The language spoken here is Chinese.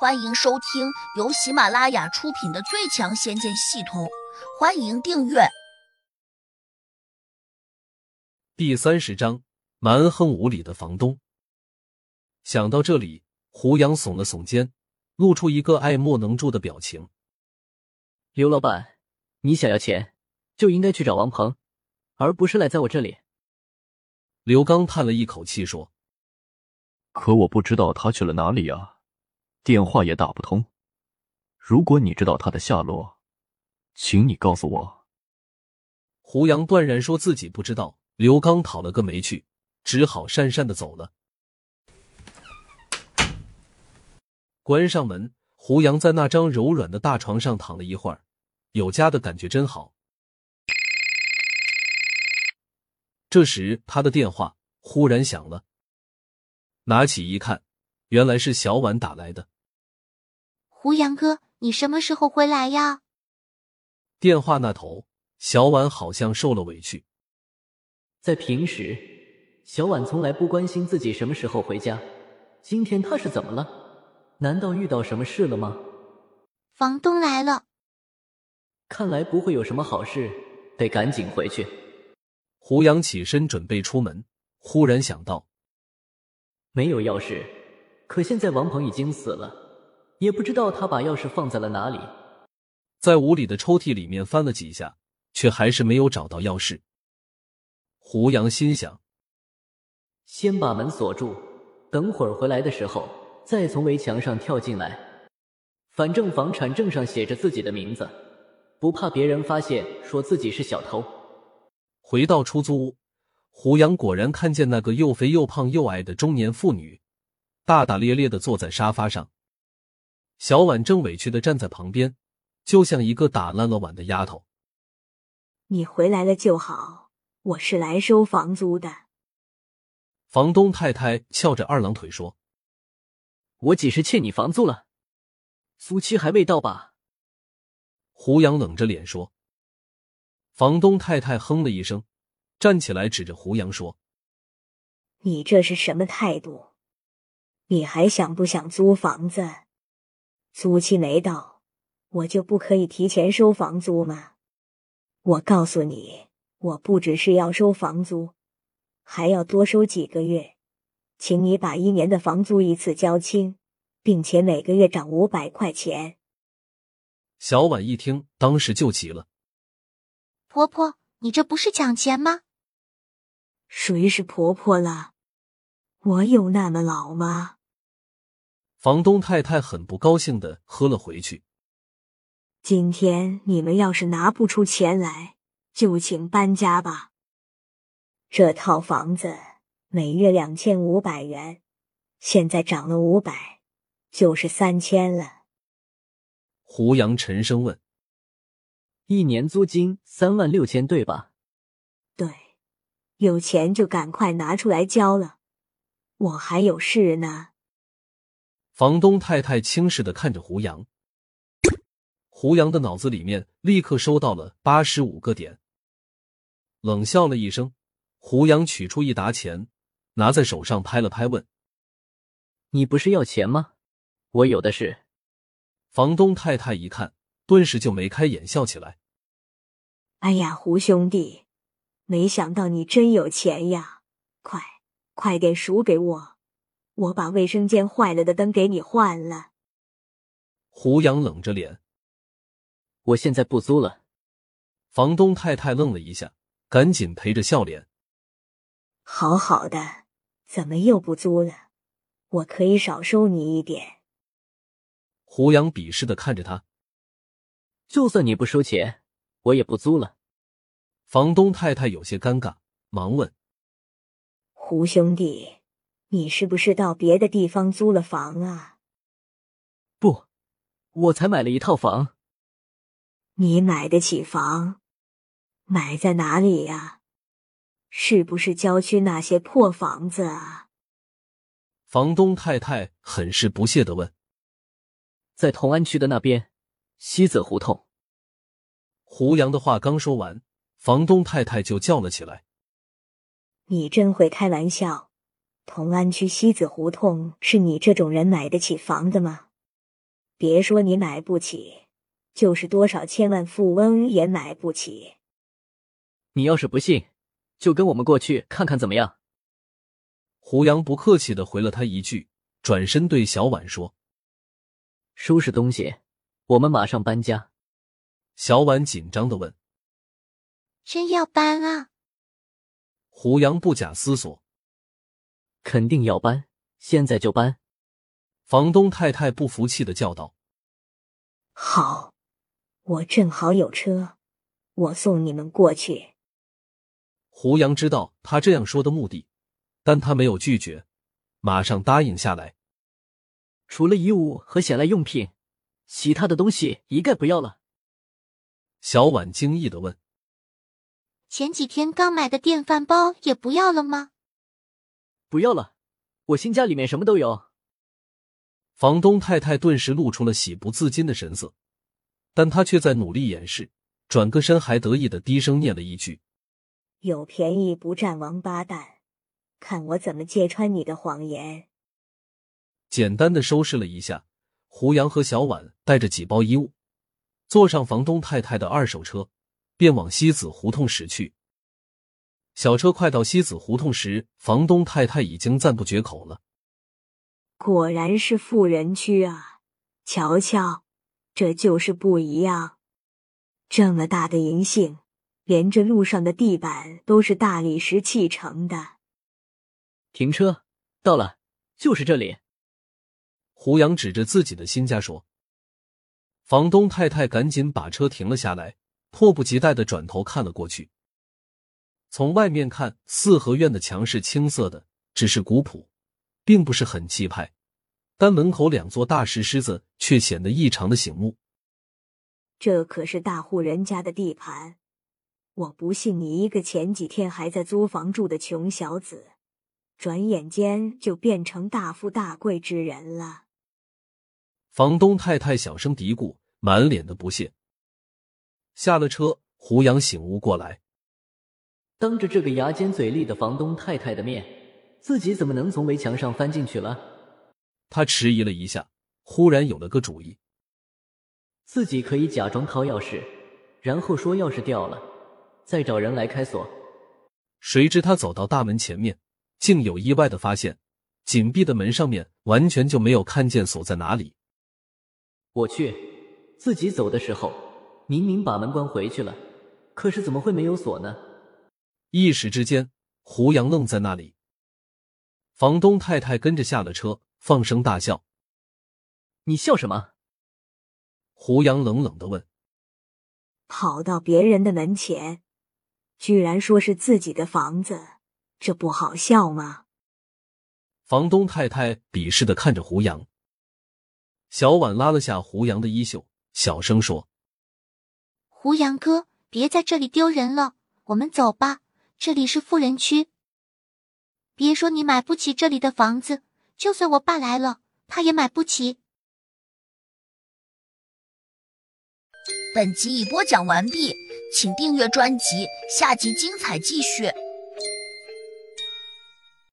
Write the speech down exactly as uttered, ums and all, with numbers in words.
欢迎收听由喜马拉雅出品的《最强仙剑系统》，欢迎订阅。 第三十章，蛮横无理的房东。想到这里，胡杨耸了耸肩，露出一个爱莫能助的表情。 刘老板，你想要钱，就应该去找王鹏，而不是赖在我这里。 刘刚叹了一口气说： 可我不知道他去了哪里啊，电话也打不通。如果你知道他的下落，请你告诉我。 胡杨断然说自己不知道，刘刚讨了个没趣，只好讪讪地走了。关上门，胡杨在那张柔软的大床上躺了一会儿，有家的感觉真好。这时他的电话忽然响了，拿起一看，原来是小婉打来的。 胡杨哥，你什么时候回来呀？ 电话那头，小婉好像受了委屈。 在平时，小婉从来不关心自己什么时候回家，今天她是怎么了？难道遇到什么事了吗？ 房东来了。 看来不会有什么好事，得赶紧回去。 胡杨起身准备出门，忽然想到， 没有钥匙，可现在王鹏已经死了，也不知道他把钥匙放在了哪里。 在屋里的抽屉里面翻了几下，却还是没有找到钥匙。胡杨心想， 先把门锁住，等会儿回来的时候再从围墙上跳进来。反正房产证上写着自己的名字，不怕别人发现说自己是小偷。 回到出租屋，胡杨果然看见那个又肥又胖又矮的中年妇女，大大咧咧地坐在沙发上。小婉正委屈地站在旁边，就像一个打烂了碗的丫头。 你回来了就好，我是来收房租的。 房东太太翘着二郎腿说： 我几时欠你房租了？租期还未到吧？ 胡杨冷着脸说。房东太太哼了一声，站起来指着胡杨说： 你这是什么态度？你还想不想租房子？租期没到，我就不可以提前收房租吗？我告诉你，我不只是要收房租，还要多收几个月，请你把一年的房租一次交清，并且每个月涨五百块钱。 小婉一听，当时就急了： 婆婆，你这不是抢钱吗？ 谁是婆婆了？我有那么老吗？ 房东太太很不高兴地喝了回去。 今天你们要是拿不出钱来，就请搬家吧。这套房子每月两千五百元，现在涨了五百，就是三千了。 胡杨沉声问： 一年租金三万六千对吧？ 对，有钱就赶快拿出来交了，我还有事呢。 房东太太轻视地看着胡杨。胡杨的脑子里面立刻收到了八十五个点，冷笑了一声，胡杨取出一沓钱，拿在手上拍了拍问： 你不是要钱吗？我有的是。 房东太太一看，顿时就眉开眼笑起来。 哎呀，胡兄弟，没想到你真有钱呀，快快点数给我，我把卫生间坏了的灯给你换了。 胡杨冷着脸： 我现在不租了。 房东太太愣了一下，赶紧陪着笑脸： 好好的，怎么又不租了？我可以少收你一点。 胡杨鄙视地看着他： 就算你不收钱，我也不租了。 房东太太有些尴尬，忙问： 胡兄弟，你是不是到别的地方租了房啊？ 不，我才买了一套房。 你买得起房？买在哪里呀？是不是郊区那些破房子啊？ 房东太太很是不屑地问。 在同安区的那边，西子胡同。 胡杨的话刚说完，房东太太就叫了起来： 你真会开玩笑，同安区西子胡同是你这种人买得起房的吗？ 别说你买不起，就是多少千万富翁也买不起。 你要是不信，就跟我们过去看看怎么样？ 胡杨不客气地回了他一句，转身对小婉说：“ 收拾东西，我们马上搬家。” 小婉紧张地问：“ 真要搬啊？” 胡杨不假思索：“ 肯定要搬，现在就搬。” 房东太太不服气地叫道：“ 好，我正好有车，我送你们过去。” 胡杨知道他这样说的目的，但他没有拒绝，马上答应下来。 除了衣物和显赖用品，其他的东西一概不要了。 小婉惊异地问：“ 前几天刚买的电饭煲也不要了吗？”“ 不要了，我新家里面什么都有。” 房东太太顿时露出了喜不自禁的神色，但她却在努力掩饰，转个身还得意地低声念了一句：“ 有便宜不占王八蛋，看我怎么揭穿你的谎言。” 简单的收拾了一下，胡杨和小婉带着几包衣物，坐上房东太太的二手车，便往西子胡同驶去。小车快到西子胡同时，房东太太已经赞不绝口了：“ 果然是富人区啊，瞧瞧，这就是不一样。这么大的银杏，连着路上的地板都是大理石砌成的。”“ 停车，到了，就是这里。” 胡杨指着自己的新家说。房东太太赶紧把车停了下来，迫不及待地转头看了过去。从外面看，四合院的墙是青色的，只是古朴，并不是很气派，但门口两座大石狮子却显得异常的醒目。 这可是大户人家的地盘，我不信你一个前几天还在租房住的穷小子，转眼间就变成大富大贵之人了。 房东太太小声嘀咕，满脸的不屑。下了车，胡杨醒悟过来， 当着这个牙尖嘴利的房东太太的面，自己怎么能从围墙上翻进去了？ 他迟疑了一下，忽然有了个主意。 自己可以假装掏钥匙，然后说钥匙掉了，再找人来开锁。 谁知他走到大门前面，竟有意外的发现，紧闭的门上面完全就没有看见锁在哪里。 我去，自己走的时候明明把门关回去了，可是怎么会没有锁呢？ 一时之间，胡杨愣在那里。房东太太跟着下了车，放声大笑。 你笑什么？ 胡杨冷冷地问。 跑到别人的门前，居然说是自己的房子，这不好笑吗？ 房东太太鄙视地看着胡杨。小婉拉了下胡杨的衣袖，小声说：“ 胡杨哥，别在这里丢人了，我们走吧，这里是富人区。别说你买不起这里的房子，就算我爸来了，他也买不起。” 本集已播讲完毕，请订阅专辑，下集精彩继续。